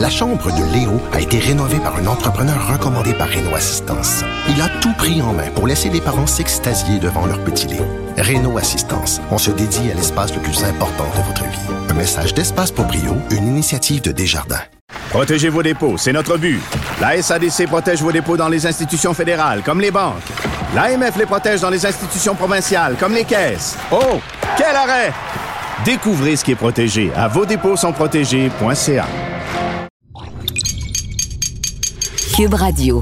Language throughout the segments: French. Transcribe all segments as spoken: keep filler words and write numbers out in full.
La chambre de Léo a été rénovée par un entrepreneur recommandé par Réno Assistance. Il a tout pris en main pour laisser les parents s'extasier devant leur petit Léo. Réno Assistance, on se dédie à l'espace le plus important de votre vie. Un message d'Espace pour Brio, une initiative de Desjardins. Protégez vos dépôts, c'est notre but. La S A D C protège vos dépôts dans les institutions fédérales, comme les banques. L'A M F les protège dans les institutions provinciales, comme les caisses. Oh, quel arrêt! Découvrez ce qui est protégé à vos dépôts sont protégés point c a. Cube Radio.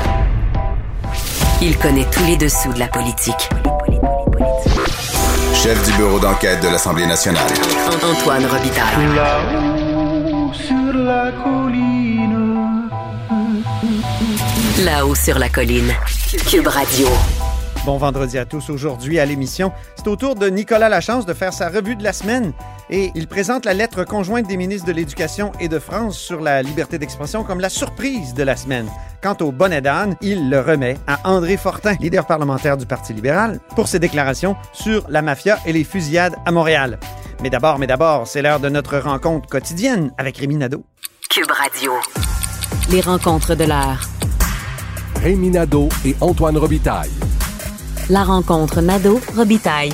Il connaît tous les dessous de la politique. Chef du bureau d'enquête de l'Assemblée nationale. Antoine Robitaille. Là-haut sur la colline. Là-haut sur la colline. Cube Radio. Bon vendredi à tous. Aujourd'hui à l'émission, c'est au tour de Nicolas Lachance de faire sa revue de la semaine et il présente la lettre conjointe des ministres de l'Éducation et de France sur la liberté d'expression comme la surprise de la semaine. Quant au bonnet d'âne, il le remet à André Fortin, leader parlementaire du Parti libéral, pour ses déclarations sur la mafia et les fusillades à Montréal. Mais d'abord, mais d'abord, c'est l'heure de notre rencontre quotidienne avec Rémi Nadeau. Cube Radio. Les rencontres de l'heure. Rémi Nadeau et Antoine Robitaille. La rencontre Nadeau-Robitaille.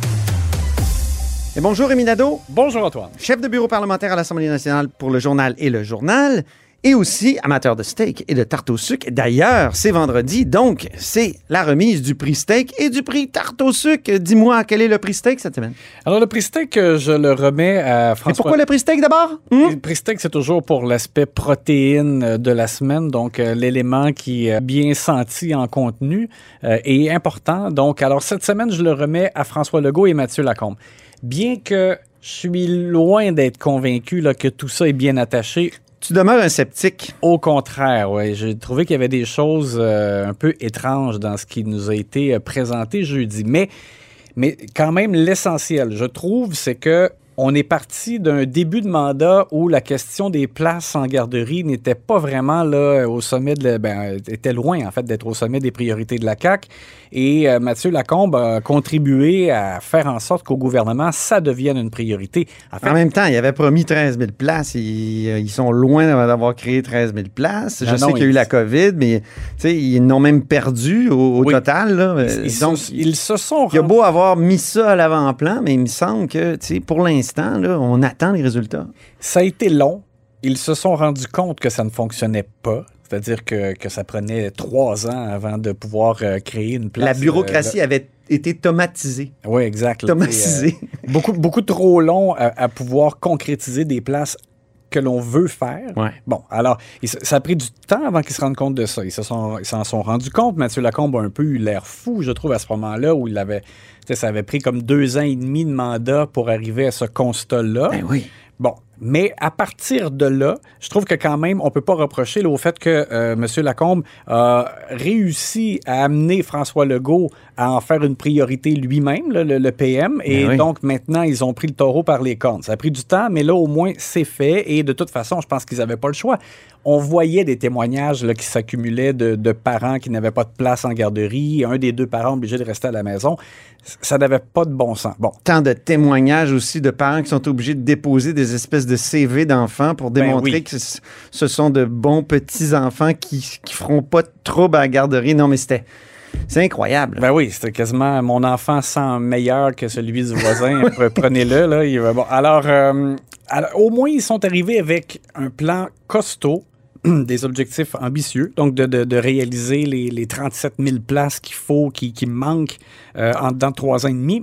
Et bonjour Rémi Nadeau. Bonjour Antoine. Chef de bureau parlementaire à l'Assemblée nationale pour le journal et le journal. Et aussi amateur de steak et de tarte au sucre. D'ailleurs, c'est vendredi, donc c'est la remise du prix steak et du prix tarte au sucre. Dis-moi, quel est le prix steak cette semaine? Alors, le prix steak, je le remets à François... Et pourquoi le prix steak d'abord? Hum? Le prix steak, c'est toujours pour l'aspect protéine de la semaine, donc euh, l'élément qui est bien senti en contenu euh, est important. Donc, alors cette semaine, je le remets à François Legault et Mathieu Lacombe. Bien que je suis loin d'être convaincu là, que tout ça est bien attaché... Tu demeures un sceptique. Au contraire, oui. J'ai trouvé qu'il y avait des choses euh, un peu étranges dans ce qui nous a été euh, présenté jeudi. Mais, mais quand même, l'essentiel, je trouve, c'est que on est parti d'un début de mandat où la question des places en garderie n'était pas vraiment là au sommet de la, ben, était loin en fait d'être au sommet des priorités de la C A Q. Et euh, Mathieu Lacombe a contribué à faire en sorte qu'au gouvernement, ça devienne une priorité. En fait, en même temps, il avait promis treize mille places. Ils, ils sont loin d'avoir créé treize mille places. Je non, sais non, qu'il y a eu la COVID, mais ils n'ont même perdu au, au oui. total. Là. Ils, ils, Donc, se, ils se sont... Il y a beau avoir mis ça à l'avant-plan, mais il me semble que pour l'instant, là, on attend les résultats. Ça a été long. Ils se sont rendus compte que ça ne fonctionnait pas. C'est-à-dire que, que ça prenait trois ans avant de pouvoir euh, créer une place. La bureaucratie euh, avait été tomatisée. Oui, exact. Tomatisée. Euh, beaucoup, beaucoup trop long à, à pouvoir concrétiser des places que l'on veut faire. Ouais. Bon, alors, il, ça a pris du temps avant qu'ils se rendent compte de ça. Ils se sont, ils s'en sont rendus compte. Mathieu Lacombe a un peu eu l'air fou, je trouve, à ce moment-là, où il avait, ça avait pris comme deux ans et demi de mandat pour arriver à ce constat-là. Ben oui. Bon, mais à partir de là, je trouve que quand même, on ne peut pas reprocher là, au fait que euh, M. Lacombe a réussi à amener François Legault à en faire une priorité lui-même, là, le, le P M, et oui. donc maintenant, ils ont pris le taureau par les cornes. Ça a pris du temps, mais là, au moins, c'est fait, et de toute façon, je pense qu'ils n'avaient pas le choix. On voyait des témoignages là, qui s'accumulaient de, de parents qui n'avaient pas de place en garderie, un des deux parents obligé de rester à la maison. Ça n'avait pas de bon sens. Bon. Tant de témoignages aussi de parents qui sont obligés de déposer des espèces de C V d'enfants pour démontrer ben oui. que ce sont de bons petits-enfants qui ne feront pas de trouble à la garderie. Non, mais c'était... C'est incroyable. Ben oui, c'était quasiment mon enfant sent meilleur que celui du voisin. Prenez-le, là. Il va, bon. alors, euh, alors, au moins, ils sont arrivés avec un plan costaud, des objectifs ambitieux, donc de, de, de réaliser les, les trente-sept mille places qu'il faut, qui, qui manquent euh, en dedans de trois ans et demi.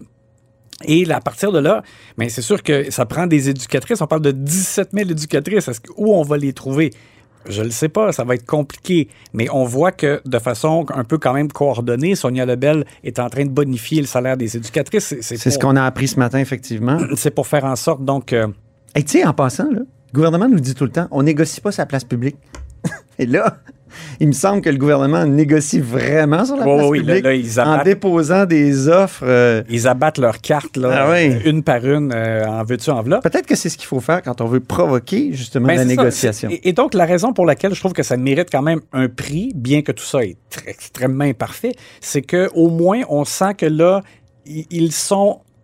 Et là, à partir de là, ben, c'est sûr que ça prend des éducatrices. On parle de dix-sept mille éducatrices. Est-ce que, où on va les trouver? Je le sais pas, ça va être compliqué, mais on voit que de façon un peu quand même coordonnée, Sonia Lebel est en train de bonifier le salaire des éducatrices. C'est, c'est, c'est pour, ce qu'on a appris ce matin, effectivement. C'est pour faire en sorte, donc... Euh, Et tu sais, en passant, là, le gouvernement nous dit tout le temps, on négocie pas sa place publique. Et là, il me semble que le gouvernement négocie vraiment sur la oh, place oui, publique là, là, ils abattent, en déposant des offres. Euh... Ils abattent leurs cartes, là, ah, oui. une par une, euh, en veux-tu, en voilà. Peut-être que c'est ce qu'il faut faire quand on veut provoquer, justement, ben, la négociation. Et, et donc, la raison pour laquelle je trouve que ça mérite quand même un prix, bien que tout ça est très, extrêmement imparfait, c'est qu'au moins, on sent que là, ils sont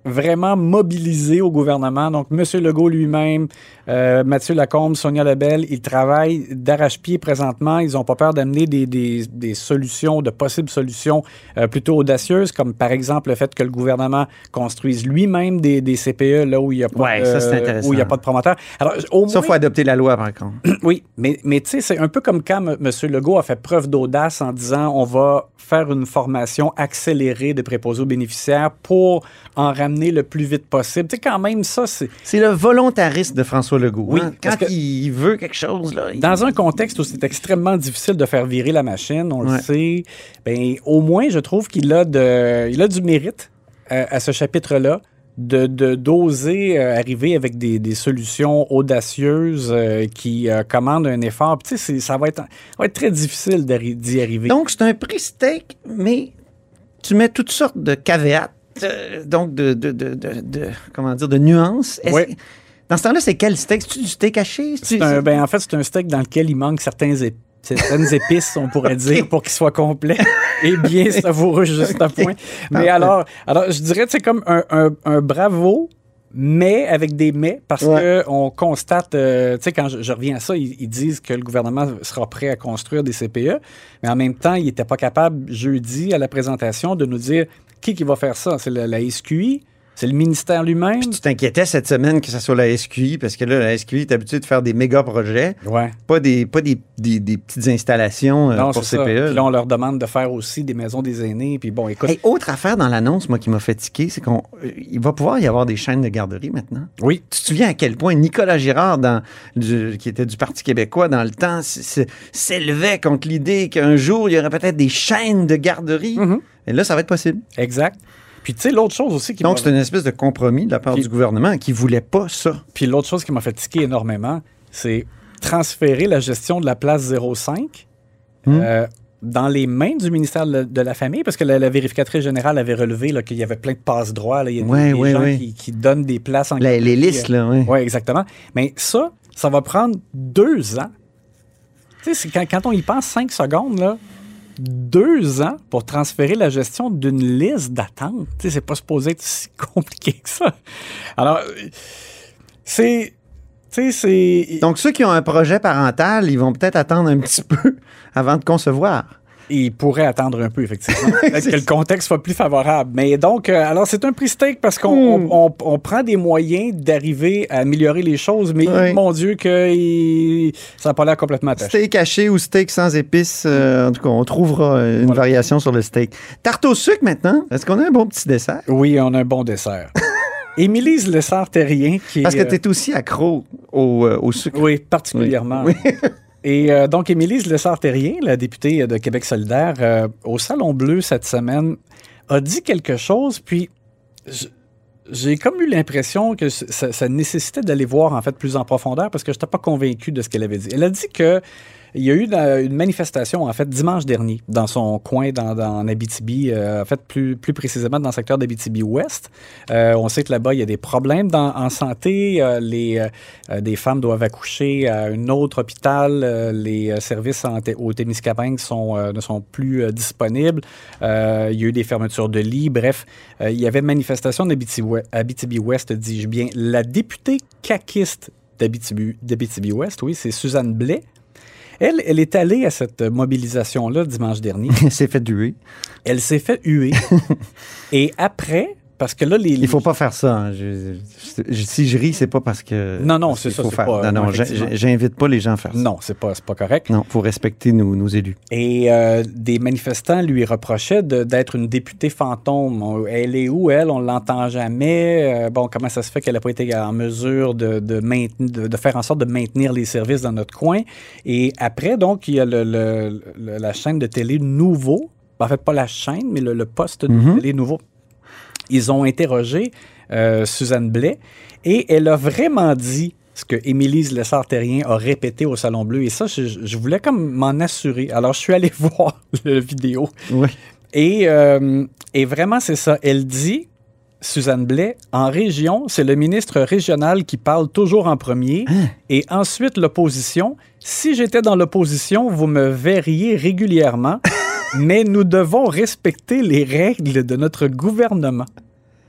vraiment mobilisés au gouvernement. Donc, M. Legault lui-même, euh, Mathieu Lacombe, Sonia Lebel, ils travaillent d'arrache-pied présentement. Ils n'ont pas peur d'amener des, des, des solutions, de possibles solutions euh, plutôt audacieuses, comme par exemple le fait que le gouvernement construise lui-même des, des C P E là où il n'y a, ouais, euh, a pas de promoteur. Alors, au ça, il faut adopter la loi, par contre. Oui, mais, mais tu sais, c'est un peu comme quand M. Legault a fait preuve d'audace en disant on va faire une formation accélérée de préposés aux bénéficiaires pour en ramener le plus vite possible. Tu sais, quand même, ça, c'est... C'est le volontarisme de François Legault. Oui, hein? Quand il veut quelque chose, là... Il... Dans un contexte où c'est extrêmement difficile de faire virer la machine, on ouais. le sait, bien, au moins, je trouve qu'il a, de, il a du mérite à, à ce chapitre-là. De, de, d'oser euh, arriver avec des, des solutions audacieuses euh, qui euh, commandent un effort. Puis, tu sais, ça va être, ça va être très difficile d'y arriver. Donc, c'est un prix steak, mais tu mets toutes sortes de caveats, euh, donc de, de, de, de, de, comment dire, de nuances. Oui. Dans ce temps-là, c'est quel steak? C'est-tu du steak haché? C'est un, ben, en fait, c'est un steak dans lequel il manque certains épices. Certaines épices, on pourrait okay. dire, pour qu'il soit complet et bien savoureux juste à point. Mais alors, alors, je dirais que c'est comme un, un, un bravo, mais avec des mais, parce ouais. qu'on constate, euh, tu sais, quand je, je reviens à ça, ils, ils disent que le gouvernement sera prêt à construire des C P E, mais en même temps, il n'était pas capable, jeudi, à la présentation, de nous dire qui, qui va faire ça. C'est la, la S Q I? C'est le ministère lui-même. Puis tu t'inquiétais cette semaine que ce soit la S Q I, parce que là, la S Q I est habituée de faire des méga projets, ouais. pas des, pas des, des, des petites installations euh, non, pour C P E. Ça. Puis là, on leur demande de faire aussi des maisons des aînés. Puis bon, écoute. Hey, autre affaire dans l'annonce, moi, qui m'a fait tiquer, c'est qu'on il va pouvoir y avoir des chaînes de garderie maintenant. Oui. Tu te souviens à quel point Nicolas Girard, dans, du, qui était du Parti québécois dans le temps, s'élevait contre l'idée qu'un jour, il y aurait peut-être des chaînes de garderie. Mm-hmm. Et là, ça va être possible. Exact. Puis, tu sais, l'autre chose aussi qui Donc, c'est une espèce de compromis de la part Puis, du gouvernement qui ne voulait pas ça. Puis, l'autre chose qui m'a fait tiquer énormément, c'est transférer la gestion de la place zéro cinq hum. euh, dans les mains du ministère de la Famille, parce que la, la vérificatrice générale avait relevé là, qu'il y avait plein de passe-droits. Là, il y a ouais, des, ouais, des gens ouais. qui, qui donnent des places en... La, les listes, là, oui. Oui, exactement. Mais ça, ça va prendre deux ans. Tu sais, quand, quand on y pense cinq secondes, là, deux ans pour transférer la gestion d'une liste d'attente. Tu sais, c'est pas supposé être si compliqué que ça. Alors, c'est... Tu sais, c'est... Donc, ceux qui ont un projet parental, ils vont peut-être attendre un petit peu avant de concevoir. Ils pourraient attendre un peu, effectivement. Peut-être que le contexte soit plus favorable. Mais donc, euh, alors, c'est un prix steak parce qu'on mm. on, on, on prend des moyens d'arriver à améliorer les choses, mais oui. mon Dieu, que il, ça n'a pas l'air complètement attaché. Steak haché ou steak sans épices, euh, en tout cas, on trouvera une voilà. variation sur le steak. Tarte au sucre maintenant. Est-ce qu'on a un bon petit dessert? Oui, on a un bon dessert. Émilise Lessard-Terrien qui Parce que tu es aussi accro au, euh, au sucre. Oui, particulièrement. Oui. Et euh, donc, Émilise Lessard-Terrien, la députée de Québec solidaire, euh, au Salon Bleu cette semaine, a dit quelque chose, puis j'ai comme eu l'impression que ça, ça nécessitait d'aller voir en fait plus en profondeur parce que je n'étais pas convaincu de ce qu'elle avait dit. Elle a dit que il y a eu une manifestation, en fait, dimanche dernier, dans son coin, dans, dans en Abitibi, euh, en fait, plus, plus précisément dans le secteur d'Abitibi-Ouest. Euh, on sait que là-bas, il y a des problèmes dans, en santé. Euh, les, euh, des femmes doivent accoucher à un autre hôpital. Euh, les services en, au Témiscamingue sont, euh, ne sont plus euh, disponibles. Euh, il y a eu des fermetures de lits. Bref, euh, il y avait manifestation d'Abitibi-Ouest, dis-je bien. La députée caquiste d'Abitibi, d'Abitibi-Ouest, oui, c'est Suzanne Blais. Elle, elle est allée à cette mobilisation-là dimanche dernier. Elle s'est fait huer. Elle s'est fait huer. Et après, parce que là, les... Il faut pas faire ça. Hein. Je, je, si je ris, c'est pas parce que... Non, non, c'est ça. Faut c'est faire. pas, non, non, j'invite pas les gens à faire ça. Non, c'est pas, c'est pas correct. Non, il faut respecter nos, nos élus. Et euh, des manifestants lui reprochaient de, d'être une députée fantôme. Elle est où, elle? On l'entend jamais. Euh, bon, comment ça se fait qu'elle n'a pas été en mesure de, de, maintenir, de, de faire en sorte de maintenir les services dans notre coin? Et après, donc, il y a le, le, le, la chaîne de télé Nouveau. En fait, pas la chaîne, mais le, le poste de mm-hmm. télé Nouveau. Ils ont interrogé euh, Suzanne Blais et elle a vraiment dit ce que Émilise Lessard-Terrien a répété au Salon Bleu. Et ça, je, je voulais comme m'en assurer. Alors, je suis allé voir la vidéo. Oui. Et, euh, et vraiment, c'est ça. Elle dit, Suzanne Blais, en région, c'est le ministre régional qui parle toujours en premier. Hein? Et ensuite, l'opposition. Si j'étais dans l'opposition, vous me verriez régulièrement. Mais nous devons respecter les règles de notre gouvernement.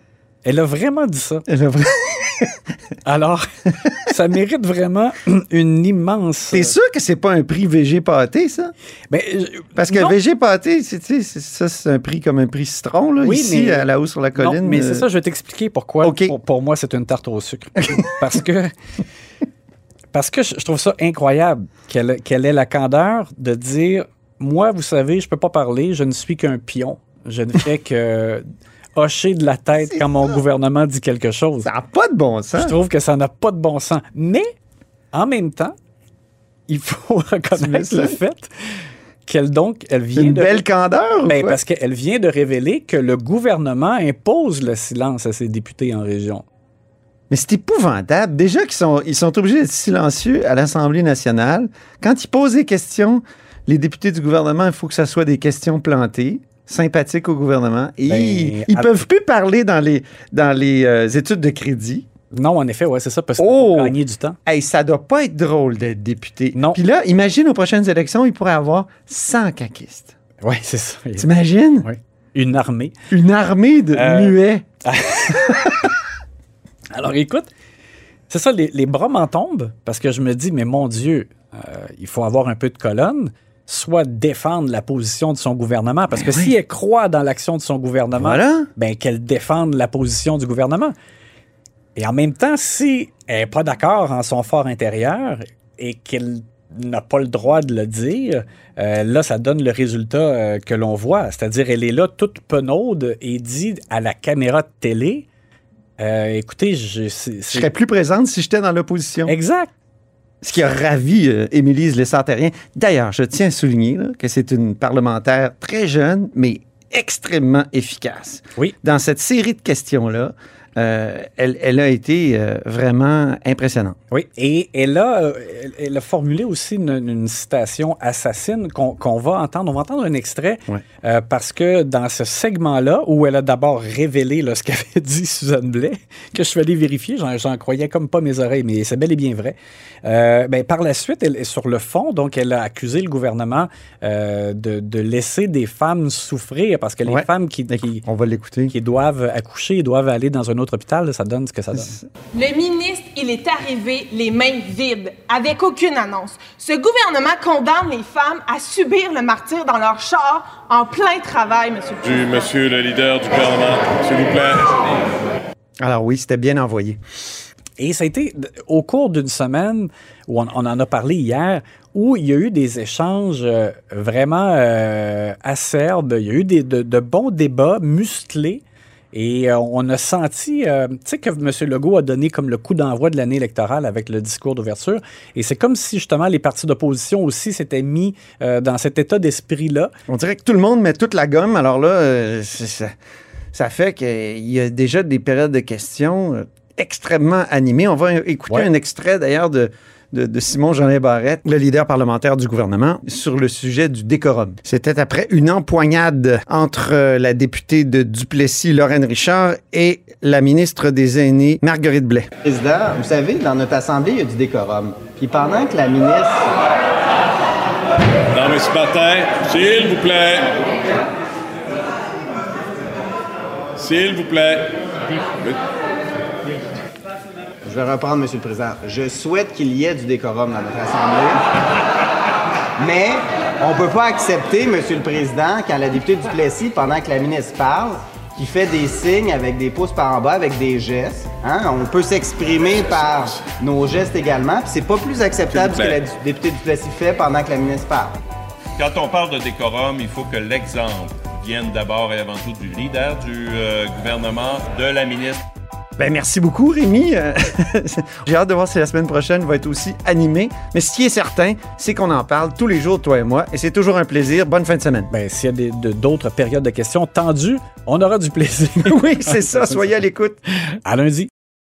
Elle a vraiment dit ça. Elle a vra- Alors, ça mérite vraiment une immense... T'es sûr que c'est pas un prix V G pâté, ça? Ben, euh, Parce que non. V G pâté, c'est, tu sais, c'est- ça, c'est un prix comme un prix citron, là, Oui, ici, mais- à la haut sur la colline. Non, mais euh, c'est ça, je vais t'expliquer pourquoi. OK. Pour, pour moi, c'est une tarte au sucre. Parce que... Parce que je je trouve ça incroyable qu'elle, qu'elle ait la candeur de dire « Moi, vous savez, je peux pas parler, je ne suis qu'un pion. Je ne fais que hocher de la tête C'est quand mon ça. gouvernement dit quelque chose. Ça n'a pas de bon sens. Je trouve que ça n'a pas de bon sens. Mais, en même temps, il faut reconnaître ça? le fait qu'elle, donc, elle C'est vient une de... belle candeur, ou Ben, quoi? parce qu'elle vient de révéler que le gouvernement impose le silence à ses députés en région. Mais c'est épouvantable. Déjà qu'ils sont, ils sont obligés d'être silencieux à l'Assemblée nationale. Quand ils posent des questions, les députés du gouvernement, il faut que ça soit des questions plantées, sympathiques au gouvernement. Et Ben, ils ne à- peuvent plus parler dans les, dans les euh, études de crédit. Non, en effet, ouais, c'est ça, parce qu'il Oh! faut gagner du temps. Hey, ça doit pas être drôle d'être député. Non. Puis là, imagine aux prochaines élections, il pourrait avoir cent caquistes. Oui, c'est ça. T'imagines? Ouais. Une armée. Une armée de Euh, muets. Alors, écoute, c'est ça, les, les bras m'en tombent, parce que je me dis, mais mon Dieu, euh, il faut avoir un peu de colonne, soit défendre la position de son gouvernement, parce que Ben oui. si elle croit dans l'action de son gouvernement, Voilà. ben qu'elle défende la position du gouvernement. Et en même temps, si elle n'est pas d'accord en son fort intérieur et qu'elle n'a pas le droit de le dire, euh, là, ça donne le résultat euh, que l'on voit. C'est-à-dire, elle est là toute penaude et dit à la caméra de télé, euh, écoutez, je, c'est, Je c'est- serais plus présente si j'étais dans l'opposition. Exact. Ce qui a ravi euh, Émilise Lessard-Terrien. D'ailleurs, je tiens à souligner là, que c'est une parlementaire très jeune, mais extrêmement efficace. Oui. Dans cette série de questions-là, euh, elle, elle a été euh, vraiment impressionnante. Oui, et elle a, euh, elle, elle a formulé aussi une, une citation assassine qu'on, qu'on va entendre. On va entendre un extrait Ouais. euh, parce que dans ce segment-là, où elle a d'abord révélé là, ce qu'avait dit Suzanne Blais, que je suis allé vérifier, j'en, j'en croyais comme pas mes oreilles, mais c'est bel et bien vrai. Euh, ben, par la suite, elle est sur le fond, donc elle a accusé le gouvernement euh, de, de laisser des femmes souffrir parce que les Ouais. femmes qui, qui, On va l'écouter. qui doivent accoucher doivent aller dans un autre hôpital, là, ça donne ce que ça donne. Le ministre, il est arrivé les mains vides, avec aucune annonce. Ce gouvernement condamne les femmes à subir le martyre dans leur char en plein travail, Monsieur le Du Président. monsieur le leader du gouvernement, s'il vous plaît. Alors oui, c'était bien envoyé. Et ça a été d- au cours d'une semaine, où on, on en a parlé hier, où il y a eu des échanges euh, vraiment euh, acerbes, il y a eu des, de, de bons débats musclés, et euh, on a senti, euh, tu sais, que M. Legault a donné comme le coup d'envoi de l'année électorale avec le discours d'ouverture, et c'est comme si justement les partis d'opposition aussi s'étaient mis euh, dans cet état d'esprit-là. On dirait que tout le monde met toute la gomme. Alors là, euh, c'est- ça, ça fait qu'il y a déjà des périodes de questions euh, extrêmement animées. On va écouter Ouais. un extrait d'ailleurs de, de, de Simon-Jeanin Barrette, le leader parlementaire du gouvernement, sur le sujet du décorum. C'était après une empoignade entre euh, la députée de Duplessis, Lorraine Richard, et la ministre des Aînés, Marguerite Blais. Président, vous savez, dans notre assemblée, il y a du décorum. Puis pendant que la ministre... Non, mais ce matin, s'il vous plaît. S'il vous plaît. Je vais reprendre, Monsieur le Président. Je souhaite qu'il y ait du décorum dans notre assemblée. Mais on ne peut pas accepter, Monsieur le Président, quand la députée Duplessis, pendant que la ministre parle, qui fait des signes avec des pouces par en bas, avec des gestes. Hein? On peut s'exprimer par nos gestes également. Puis c'est pas plus acceptable ce que la du- députée Duplessis fait pendant que la ministre parle. Quand on parle de décorum, il faut que l'exemple vienne d'abord et avant tout du leader du euh, gouvernement, de la ministre. Ben, merci beaucoup, Rémi. Euh, J'ai hâte de voir si la semaine prochaine va être aussi animée. Mais ce qui est certain, c'est qu'on en parle tous les jours, toi et moi, et c'est toujours un plaisir. Bonne fin de semaine. Ben, s'il y a des- de- d'autres périodes de questions tendues, on aura du plaisir. Oui, c'est ça. Soyez à l'écoute. À lundi.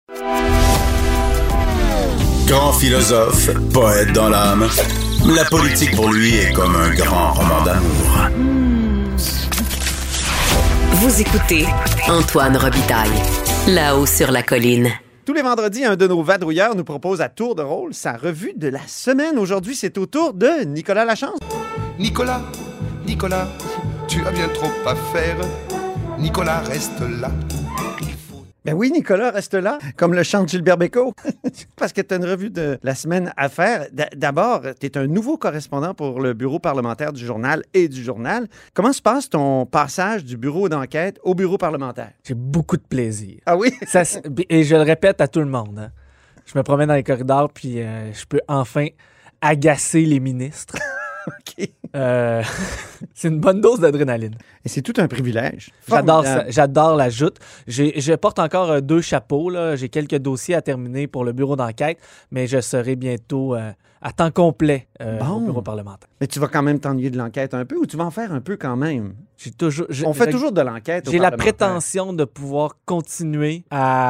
Grand philosophe, poète dans l'âme, la politique pour lui est comme un grand roman d'amour. Vous écoutez Antoine Robitaille, là-haut sur la colline. Tous les vendredis, un de nos vadrouilleurs nous propose à tour de rôle sa revue de la semaine. Aujourd'hui, c'est au tour de Nicolas Lachance. Nicolas, Nicolas, tu as bien trop à faire. Nicolas, reste là. Ben oui, Nicolas, reste là, comme le chante Gilbert Bécaud, parce que tu as une revue de la semaine à faire. D- d'abord, tu es un nouveau correspondant pour le bureau parlementaire du journal et du journal. Comment se passe ton passage du bureau d'enquête au bureau parlementaire? J'ai beaucoup de plaisir. Ah oui? Ça, et je le répète à tout le monde. Hein. Je me promène dans les corridors, puis euh, je peux enfin agacer les ministres. OK. Euh, c'est une bonne dose d'adrénaline. Et c'est tout un privilège. J'adore Formidable. ça. J'adore la joute. J'ai, je porte encore euh, deux chapeaux. Là. J'ai quelques dossiers à terminer pour le bureau d'enquête, mais je serai bientôt euh, à temps complet euh, Bon. au bureau parlementaire. Mais tu vas quand même t'ennuyer de l'enquête un peu ou tu vas en faire un peu quand même? J'ai toujours, j'ai- On fait j'ai- toujours de l'enquête au J'ai la parlementaire. prétention de pouvoir continuer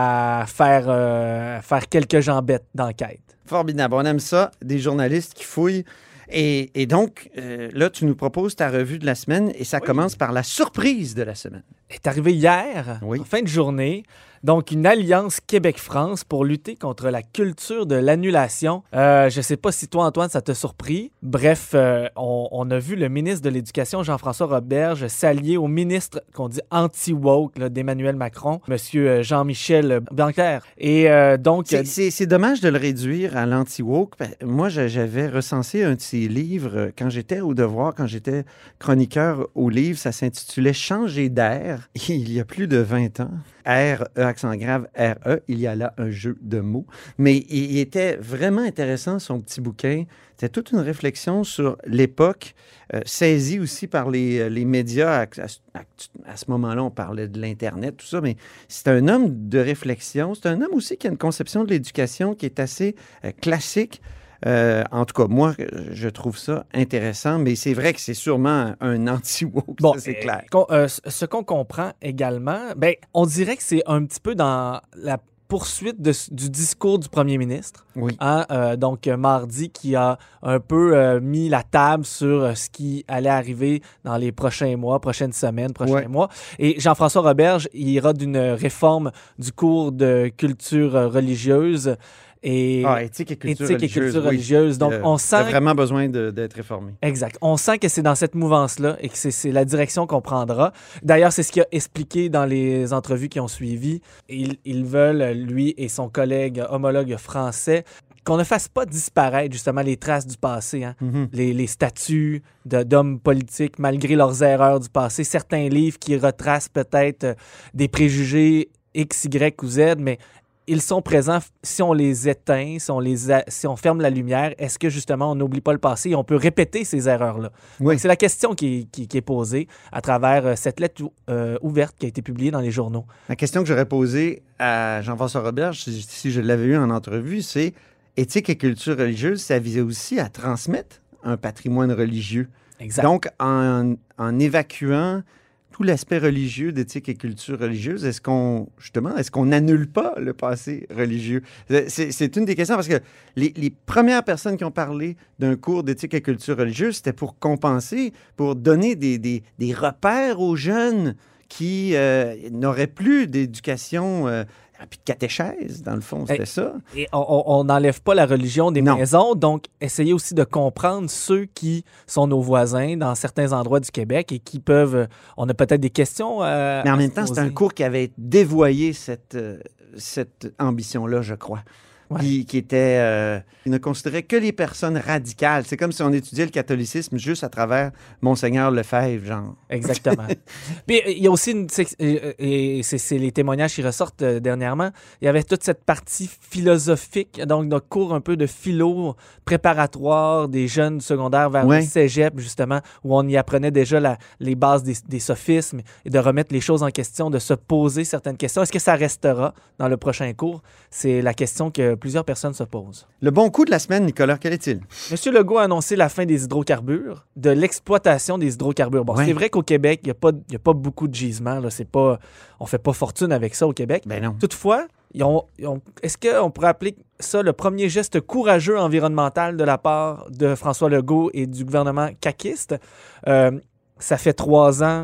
à faire, euh, faire quelques jambettes d'enquête. Formidable. On aime ça, des journalistes qui fouillent. Et, et donc, euh, là, tu nous proposes ta revue de la semaine et ça commence par la surprise de la semaine. Est arrivé hier, Oui. en fin de journée, donc une alliance Québec-France pour lutter contre la culture de l'annulation. Euh, je ne sais pas si toi, Antoine, ça t'a surpris. Bref, euh, on, on a vu le ministre de l'Éducation, Jean-François Roberge, s'allier au ministre qu'on dit anti-woke là, d'Emmanuel Macron, M. Jean-Michel Blanquer. Et euh, donc... C'est, c'est- c'est dommage de le réduire à l'anti-woke. Ben, moi, je- j'avais recensé un de ses livres euh, quand j'étais au Devoir, quand j'étais chroniqueur au livre. Ça s'intitulait « Changer d'air ». Il y a plus de vingt ans. R, E, accent grave, R, E. Il y a là un jeu de mots. Mais il, il était vraiment intéressant, son petit bouquin. C'était toute une réflexion sur l'époque, euh, saisie aussi par les, les médias. À, à- à ce moment-là, on parlait de l'Internet, tout ça, mais c'est un homme de réflexion. C'est un homme aussi qui a une conception de l'éducation qui est assez euh, classique. Euh, en tout cas, moi, je trouve ça intéressant, mais c'est vrai que c'est sûrement un anti-woke, Bon, ça, c'est euh, clair. qu'on- euh, ce qu'on comprend également, ben, on dirait que c'est un petit peu dans la poursuite de- du discours du premier ministre. Oui. Hein, euh, donc, euh, mardi, qui a un peu euh, mis la table sur euh, ce qui allait arriver dans les prochains mois, prochaines semaines, prochains Ouais. mois. Et Jean-François Roberge, il ira d'une réforme du cours de culture euh, religieuse. Et Ah, éthique et culture éthique et religieuse, culture oui. religieuse. Donc, Euh, on il a sent vraiment besoin de- d'être réformé. Exact. On sent que c'est dans cette mouvance-là et que c'est, c'est la direction qu'on prendra. D'ailleurs, c'est ce qu'il a expliqué dans les entrevues qui ont suivi. Ils, ils veulent, lui et son collègue homologue français, qu'on ne fasse pas disparaître justement les traces du passé, hein? Mhm. les, les statuts de, d'hommes politiques malgré leurs erreurs du passé, certains livres qui retracent peut-être euh, des préjugés X, Y ou Z, mais ils sont présents. Si on les éteint, si on, les a- si on ferme la lumière, est-ce que justement on n'oublie pas le passé et on peut répéter ces erreurs-là? Oui. Donc, c'est la question qui, qui- qui est posée à travers euh, cette lettre ou- euh, ouverte qui a été publiée dans les journaux. La question que j'aurais posée à Jean-François Roberge, si, si je l'avais eu en entrevue, c'est éthique et culture religieuse, ça visait aussi à transmettre un patrimoine religieux. Exact. Donc, en, en évacuant tout l'aspect religieux d'éthique et culture religieuse, est-ce qu'on, justement, est-ce qu'on n'annule pas le passé religieux? C'est, c'est une des questions parce que les, les premières personnes qui ont parlé d'un cours d'éthique et culture religieuse, c'était pour compenser, pour donner des, des, des repères aux jeunes qui euh, n'auraient plus d'éducation, euh, puis de catéchèse, dans le fond, c'était Et- ça. Et on n'enlève pas la religion des Non. maisons, donc essayez aussi de comprendre ceux qui sont nos voisins dans certains endroits du Québec et qui peuvent... euh, On a peut-être des questions euh, Mais en à même se temps, c'est un poser. cours qui avait dévoyé cette, euh, cette ambition-là, je crois. Ouais. Qui, qui était... euh, il ne considérait que les personnes radicales. C'est comme si on étudiait le catholicisme juste à travers Monseigneur Lefebvre, genre. Exactement. Puis il y a aussi, une, sec- euh, et c'est, c'est les témoignages qui ressortent euh, dernièrement, il y avait toute cette partie philosophique, donc notre cours un peu de philo préparatoire des jeunes secondaires vers Ouais. le cégep, justement, où on y apprenait déjà la- les bases des, des sophismes et de remettre les choses en question, de se poser certaines questions. Est-ce que ça restera dans le prochain cours? C'est la question que plusieurs personnes se posent. Le bon coup de la semaine, Nicolas, quel est-il? M. Legault a annoncé la fin des hydrocarbures, de l'exploitation des hydrocarbures. Bon, Ouais. c'est vrai qu'au Québec, il n'y a, pas- il y a pas beaucoup de gisements. Là. C'est pas, on ne fait pas fortune avec ça au Québec. Ben non. Toutefois, ils ont- ils ont- est-ce qu'on pourrait appeler ça le premier geste courageux environnemental de la part de François Legault et du gouvernement caquiste? Euh, ça fait trois ans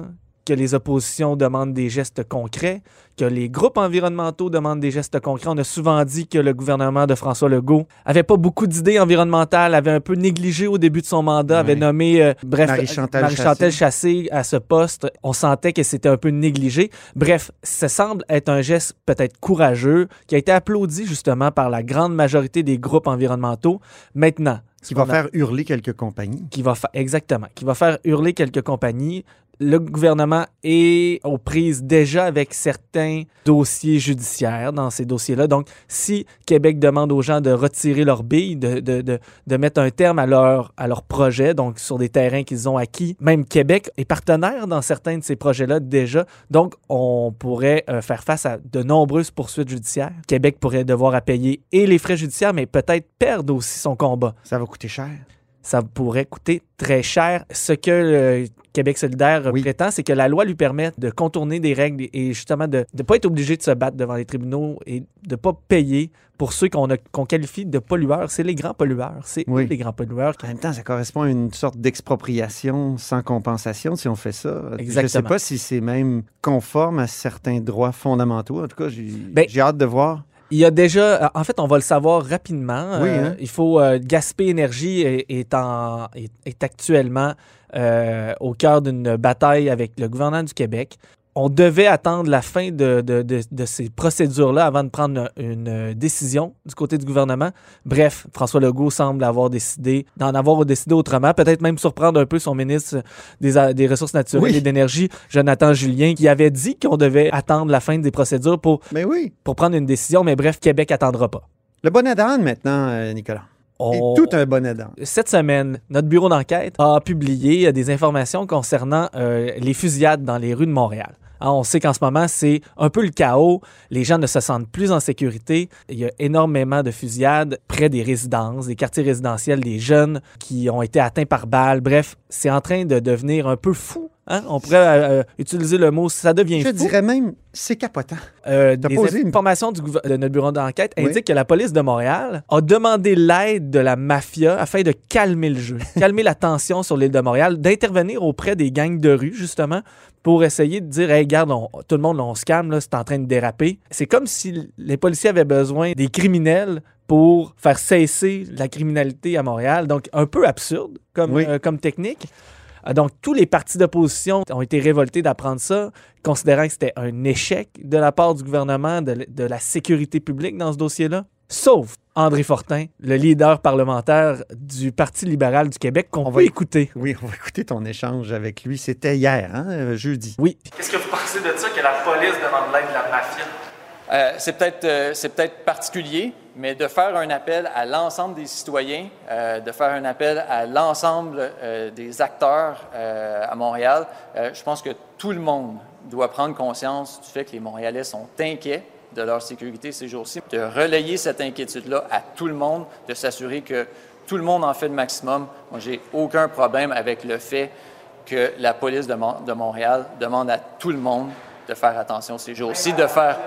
que les oppositions demandent des gestes concrets, que les groupes environnementaux demandent des gestes concrets. On a souvent dit que le gouvernement de François Legault avait pas beaucoup d'idées environnementales, avait un peu négligé au début de son mandat, ouais. avait nommé, euh, bref, Marie-Chantal, Marie-Chantal Chassé à ce poste. On sentait que c'était un peu négligé. Bref, ça semble être un geste peut-être courageux, qui a été applaudi justement par la grande majorité des groupes environnementaux. Maintenant, qui va a... faire hurler quelques compagnies. Qui va fa... Exactement. Qui va faire hurler quelques compagnies. Le gouvernement est aux prises déjà avec certains dossiers judiciaires dans ces dossiers-là. Donc, si Québec demande aux gens de retirer leurs billes, de, de, de, de mettre un terme à leur, à leur projet, donc sur des terrains qu'ils ont acquis, même Québec est partenaire dans certains de ces projets-là déjà. Donc, on pourrait euh, faire face à de nombreuses poursuites judiciaires. Québec pourrait devoir à payer et les frais judiciaires, mais peut-être perdre aussi son combat. Ça va coûter cher. Ça pourrait coûter très cher. Ce que le Québec solidaire oui. prétend, c'est que la loi lui permet de contourner des règles et justement de ne pas être obligé de se battre devant les tribunaux et de ne pas payer pour ceux qu'on, a, qu'on qualifie de pollueurs. C'est les grands pollueurs. C'est oui. eux les grands pollueurs. En même temps, ça correspond à une sorte d'expropriation sans compensation si on fait ça. Exactement. Je ne sais pas si c'est même conforme à certains droits fondamentaux. En tout cas, j'ai, ben, j'ai hâte de voir. Il y a déjà, en fait, on va le savoir rapidement. Oui, euh, hein? Il faut, euh, Gaspé Énergie est, est, en, est, est actuellement euh, au cœur d'une bataille avec le gouvernement du Québec. On devait attendre la fin de, de, de, de ces procédures-là avant de prendre une, une décision du côté du gouvernement. Bref, François Legault semble avoir décidé d'en avoir décidé autrement, peut-être même surprendre un peu son ministre des, des Ressources naturelles oui. et d'énergie, Jonathan Julien, qui avait dit qu'on devait attendre la fin des procédures pour, mais oui. pour prendre une décision. Mais bref, Québec attendra pas. Le bonnet d'âne maintenant, euh, Nicolas. On... Et tout un bonnet d'âne. Cette semaine, notre bureau d'enquête a publié des informations concernant euh, les fusillades dans les rues de Montréal. Hein, on sait qu'en ce moment, c'est un peu le chaos. Les gens ne se sentent plus en sécurité. Il y a énormément de fusillades près des résidences, des quartiers résidentiels, des jeunes qui ont été atteints par balles. Bref, c'est en train de devenir un peu fou. Hein? On pourrait euh, utiliser le mot « ça devient Je fou ». Je dirais même « c'est capotant euh, ». Des informations une... du, de notre bureau d'enquête oui. indiquent que la police de Montréal a demandé l'aide de la mafia afin de calmer le jeu, calmer la tension sur l'île de Montréal, d'intervenir auprès des gangs de rue, justement, pour essayer de dire « hey, regarde, on, tout le monde, on se calme, là, c'est en train de déraper ». C'est comme si les policiers avaient besoin des criminels pour faire cesser la criminalité à Montréal. Donc, un peu absurde comme, oui. euh, comme technique. Donc, tous les partis d'opposition ont été révoltés d'apprendre ça, considérant que c'était un échec de la part du gouvernement, de, de la sécurité publique dans ce dossier-là. Sauf André Fortin, le leader parlementaire du Parti libéral du Québec, qu'on on peut va écouter. Oui, on va écouter ton échange avec lui. C'était hier, hein, jeudi. Oui. Qu'est-ce que vous pensez de ça, que la police demande l'aide de la mafia? Euh, c'est peut-être, euh, c'est peut-être particulier, mais de faire un appel à l'ensemble des citoyens, euh, de faire un appel à l'ensemble euh, des acteurs euh, à Montréal, euh, je pense que tout le monde doit prendre conscience du fait que les Montréalais sont inquiets de leur sécurité ces jours-ci, de relayer cette inquiétude-là à tout le monde, de s'assurer que tout le monde en fait le maximum. Moi, j'ai aucun problème avec le fait que la police de, Mon- de Montréal demande à tout le monde de faire attention ces jours-ci, de faire...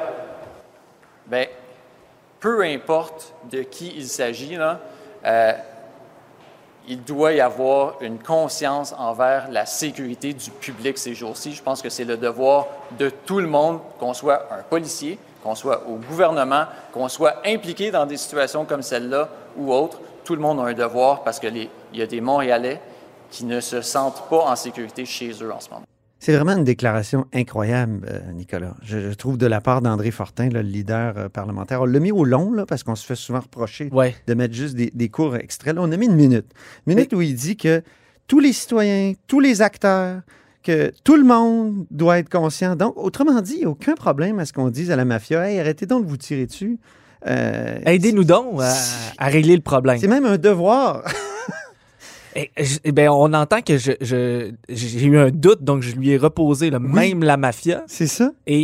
Bien, peu importe de qui il s'agit, là, euh, il doit y avoir une conscience envers la sécurité du public ces jours-ci. Je pense que c'est le devoir de tout le monde, qu'on soit un policier, qu'on soit au gouvernement, qu'on soit impliqué dans des situations comme celle-là ou autres. Tout le monde a un devoir parce qu'il y a des Montréalais qui ne se sentent pas en sécurité chez eux en ce moment. C'est vraiment une déclaration incroyable, euh, Nicolas. Je, je trouve de la part d'André Fortin, là, le leader euh, parlementaire. On l'a mis au long, là, parce qu'on se fait souvent reprocher ouais. de mettre juste des, des courts extraits. Là, on a mis une minute. Une minute oui. où il dit que tous les citoyens, tous les acteurs, que tout le monde doit être conscient. Donc, autrement dit, il n'y a aucun problème à ce qu'on dise à la mafia « Hey, arrêtez donc de vous tirer dessus. Euh, » Aidez-nous donc à, à régler le problème. C'est même un devoir. Eh, eh bien, on entend que je, je, j'ai eu un doute, donc je lui ai reposé là, oui. même la mafia. C'est ça. Et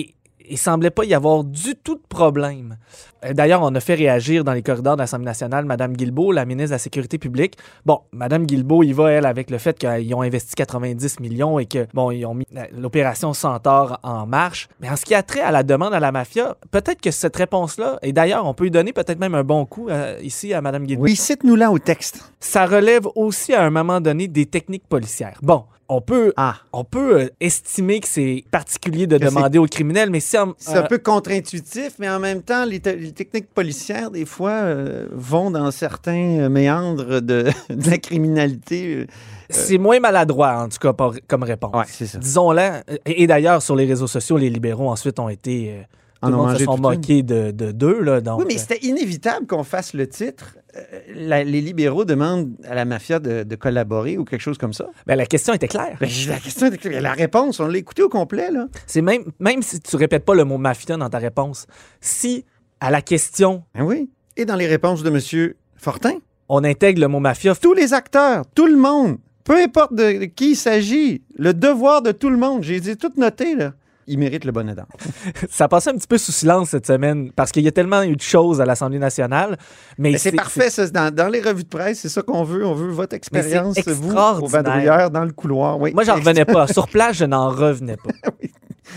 il semblait pas y avoir du tout de problème. D'ailleurs, on a fait réagir dans les corridors de l'Assemblée nationale Mme Guilbeault, la ministre de la Sécurité publique. Bon, Mme Guilbeault, il va, elle, avec le fait qu'ils ont investi quatre-vingt-dix millions et que, bon, ils ont mis l'opération Centaure en marche. Mais en ce qui a trait à la demande à la mafia, peut-être que cette réponse-là, et d'ailleurs, on peut lui donner peut-être même un bon coup euh, ici à Mme Guilbeault. Oui, cite-nous-la au texte. Ça relève aussi à un moment donné des techniques policières. Bon, on peut, ah. on peut euh, estimer que c'est particulier de que demander aux criminels, mais si... On, c'est euh, un peu contre-intuitif, mais en même temps, les, te- les techniques policières, des fois, euh, vont dans certains méandres de, de la criminalité. Euh, c'est moins maladroit, en tout cas, pour, comme réponse. Ouais, c'est ça. Disons-le. Et, et d'ailleurs, sur les réseaux sociaux, les libéraux, ensuite, ont été... Euh, Tout le monde se sont moqués de, de d'eux. Là, donc, oui, mais c'était inévitable qu'on fasse le titre. Euh, la, les libéraux demandent à la mafia de, de collaborer ou quelque chose comme ça. Ben, la question était claire. Ben, la question était claire. La réponse, on l'a écoutée au complet. Là. C'est même, même si tu répètes pas le mot mafia dans ta réponse, si à la question... Ben oui. Et dans les réponses de M. Fortin, on intègre le mot mafia. Tous les acteurs, tout le monde, peu importe de, de qui il s'agit, le devoir de tout le monde, j'ai dit tout noté, là. Il mérite le bonnet d'or. Ça passait un petit peu sous silence cette semaine parce qu'il y a tellement eu de choses à l'Assemblée nationale. Mais, mais c'est, c'est parfait, c'est... ça. Dans, dans les revues de presse, c'est ça qu'on veut. On veut votre expérience, vous, au vadrouilleur, dans le couloir. Oui. Moi, j'en revenais pas. Sur place, je n'en revenais pas. Oui.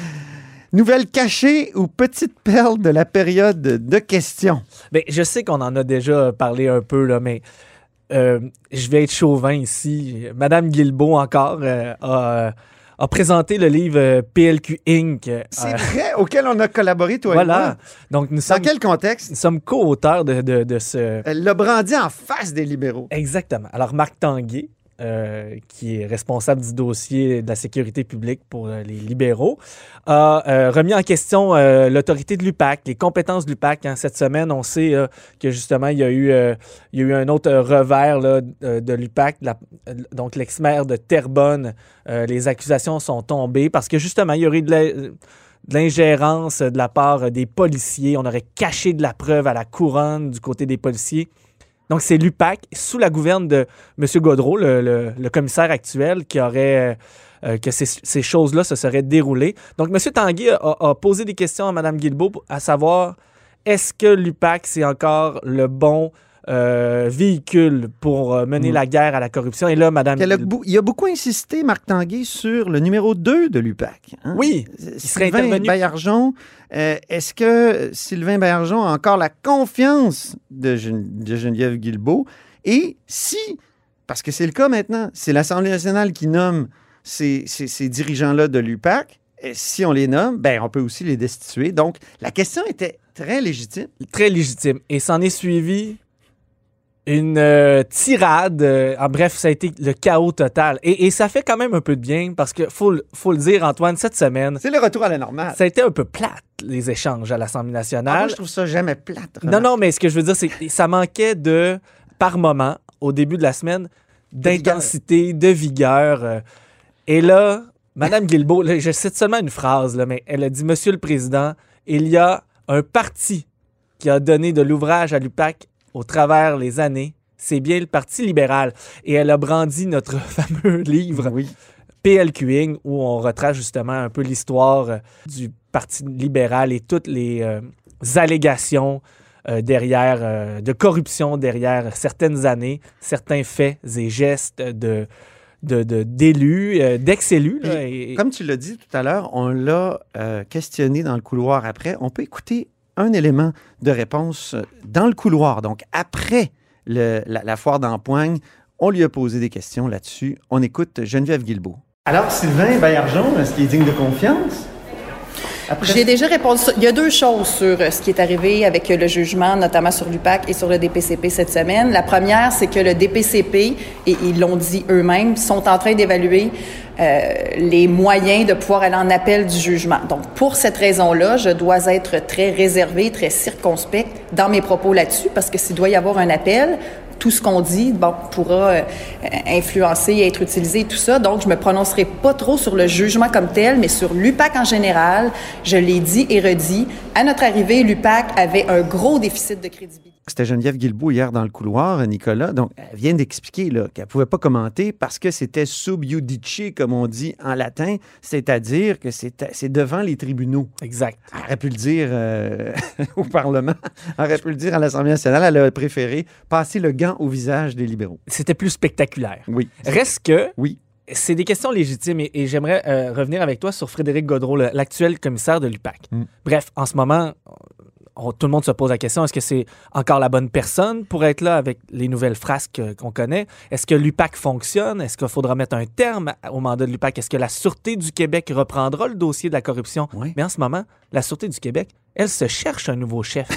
Nouvelle cachée ou petite perle de la période de questions? Bien, je sais qu'on en a déjà parlé un peu, là, mais euh, je vais être chauvin ici. Madame Guilbeault, encore, euh, a... a présenté le livre euh, P L Q Incorporated. C'est euh, vrai, auquel on a collaboré, toi voilà. et moi. Donc, nous Dans sommes, quel contexte? Nous sommes co-auteurs de, de, de ce... Elle l'a brandi en face des libéraux. Exactement. Alors, Marc Tanguay, euh, qui est responsable du dossier de la sécurité publique pour euh, les libéraux, a euh, remis en question euh, l'autorité de l'U P A C, les compétences de l'U P A C. Hein. Cette semaine, on sait euh, que justement, il y a eu, euh, il y a eu un autre revers là, de, de l'U P A C, la, donc l'ex-maire de Terrebonne. Euh, les accusations sont tombées parce que justement, il y aurait de la, de l'ingérence de la part des policiers. On aurait caché de la preuve à la couronne du côté des policiers. Donc, c'est l'U P A C, sous la gouverne de M. Gaudreault, le, le, le commissaire actuel, qui aurait... Euh, que ces, ces choses-là se seraient déroulées. Donc, M. Tanguay a, a posé des questions à Mme Guilbeault à savoir, est-ce que l'U P A C, c'est encore le bon euh, véhicule pour euh, mener mmh. la guerre à la corruption? Et là, Mme Guilbeault... Il a beaucoup insisté, Marc Tanguay, sur le numéro deux de l'U P A C. Hein? Oui, il serait intervenu. Baillargeon, euh, est-ce que Sylvain Baillargeon a encore la confiance de, Gen- de Geneviève Guilbeault? Et si, parce que c'est le cas maintenant, c'est l'Assemblée nationale qui nomme Ces, ces, ces dirigeants-là de l'U P A C, et si on les nomme, ben, on peut aussi les destituer. Donc, la question était très légitime. Très légitime. Et s'en est suivi une euh, tirade. Euh, en bref, ça a été le chaos total. Et, et ça fait quand même un peu de bien parce que, faut, faut le dire, Antoine, cette semaine... C'est le retour à la normale. Ça a été un peu plate, les échanges à l'Assemblée nationale. Ah, moi, je trouve ça jamais plate. Non, non, mais ce que je veux dire, c'est que ça manquait de, par moment, au début de la semaine, d'intensité, de vigueur... Euh, Et là, Mme Guilbeault, là, je cite seulement une phrase, là, mais elle a dit « Monsieur le Président, il y a un parti qui a donné de l'ouvrage à l'U P A C au travers les années. C'est bien le Parti libéral. » Et elle a brandi notre fameux livre oui. P L Q Incorporated, où on retrace justement un peu l'histoire euh, du Parti libéral et toutes les euh, allégations euh, derrière, euh, de corruption derrière certaines années, certains faits et gestes de... De, de, d'élus, euh, d'ex-élus. Là, et... Comme tu l'as dit tout à l'heure, on l'a euh, questionné dans le couloir après. On peut écouter un élément de réponse dans le couloir. Donc, après le, la, la foire d'Empoigne, on lui a posé des questions là-dessus. On écoute Geneviève Guilbeault. Alors, Sylvain Baillargeon, est-ce qu'il est digne de confiance? Après... J'ai déjà répondu. Il y a deux choses sur ce qui est arrivé avec le jugement, notamment sur l'U P A C et sur le D P C P cette semaine. La première, c'est que le D P C P, et ils l'ont dit eux-mêmes, sont en train d'évaluer euh, les moyens de pouvoir aller en appel du jugement. Donc, pour cette raison-là, je dois être très réservée, très circonspecte dans mes propos là-dessus, parce que s'il doit y avoir un appel, tout ce qu'on dit, bon, pourra euh, influencer et être utilisé et tout ça. Donc, je me prononcerai pas trop sur le jugement comme tel, mais sur l'U P A C en général. Je l'ai dit et redit. À notre arrivée, l'U P A C avait un gros déficit de crédibilité. C'était Geneviève Guilbeault hier dans le couloir, Nicolas. Donc, elle vient d'expliquer là, qu'elle ne pouvait pas commenter parce que c'était sub iudice, comme on dit en latin, c'est-à-dire que c'est, c'est devant les tribunaux. Exact. Elle aurait pu le dire euh, au Parlement, elle aurait pu le dire à l'Assemblée nationale. Elle a préféré passer le gant au visage des libéraux. C'était plus spectaculaire. Oui. Reste que... Oui. C'est des questions légitimes et, et j'aimerais euh, revenir avec toi sur Frédéric Gaudreault, le, l'actuel commissaire de l'U P A C. Mm. Bref, en ce moment... On, tout le monde se pose la question, est-ce que c'est encore la bonne personne pour être là avec les nouvelles frasques qu'on connaît? Est-ce que l'U P A C fonctionne? Est-ce qu'il faudra mettre un terme au mandat de l'U P A C? Est-ce que la Sûreté du Québec reprendra le dossier de la corruption? Oui. Mais en ce moment, la Sûreté du Québec, elle se cherche un nouveau chef.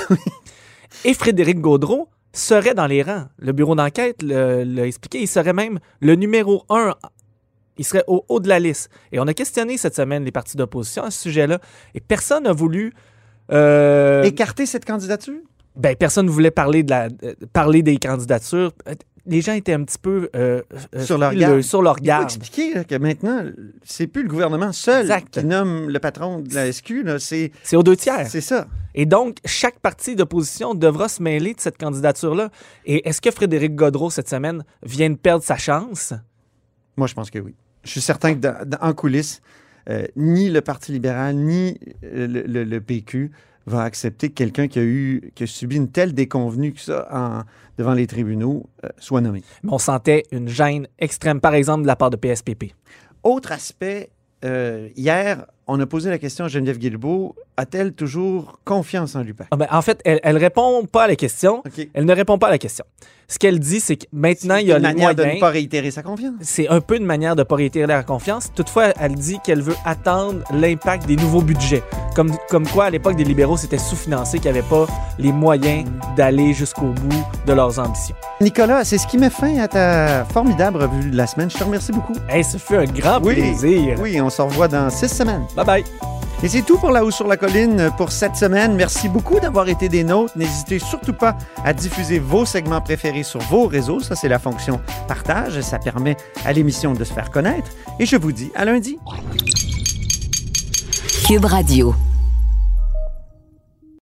Et Frédéric Gaudreault serait dans les rangs. Le bureau d'enquête l'a, l'a expliqué. Il serait même le numéro un. Il serait au haut de la liste. Et on a questionné cette semaine les partis d'opposition à ce sujet-là. Et personne n'a voulu... Euh, Écarter cette candidature? Ben, personne ne voulait parler, de la, euh, parler des candidatures. Les gens étaient un petit peu euh, sur leur garde. Sur leur garde. Il faut expliquer là, que maintenant, c'est plus le gouvernement seul exact. Qui nomme le patron de la S Q. Là, c'est, c'est aux deux tiers. C'est ça. Et donc, chaque parti d'opposition devra se mêler de cette candidature-là. Et est-ce que Frédéric Gaudreault, cette semaine, vient de perdre sa chance? Moi, je pense que oui. Je suis certain qu'en coulisses, Euh, ni le Parti libéral, ni le, le, le P Q va accepter que quelqu'un qui a, eu, qui a subi une telle déconvenue que ça en, devant les tribunaux euh, soit nommé. Mais on sentait une gêne extrême, par exemple, de la part de P S P P. Autre aspect, euh, hier, on a posé la question à Geneviève Guilbeault, a-t-elle toujours confiance en l'U P A C? Ah ben, en fait, elle ne répond pas à la question. Okay. Elle ne répond pas à la question. Ce qu'elle dit, c'est que maintenant, c'est il y a une les manière moyens... de ne pas réitérer sa confiance. C'est un peu une manière de ne pas réitérer la confiance. Toutefois, elle dit qu'elle veut attendre l'impact des nouveaux budgets. Comme, comme quoi, à l'époque des libéraux, c'était sous-financé, qu'ils n'avaient pas les moyens d'aller jusqu'au bout de leurs ambitions. Nicolas, c'est ce qui met fin à ta formidable revue de la semaine. Je te remercie beaucoup. Hey, ça fait un grand oui, plaisir. Oui, on se revoit dans six semaines. Bye-bye. Et c'est tout pour Là-haut sur la colline pour cette semaine. Merci beaucoup d'avoir été des nôtres. N'hésitez surtout pas à diffuser vos segments préférés sur vos réseaux. Ça, c'est la fonction partage. Ça permet à l'émission de se faire connaître. Et je vous dis à lundi. Cube Radio.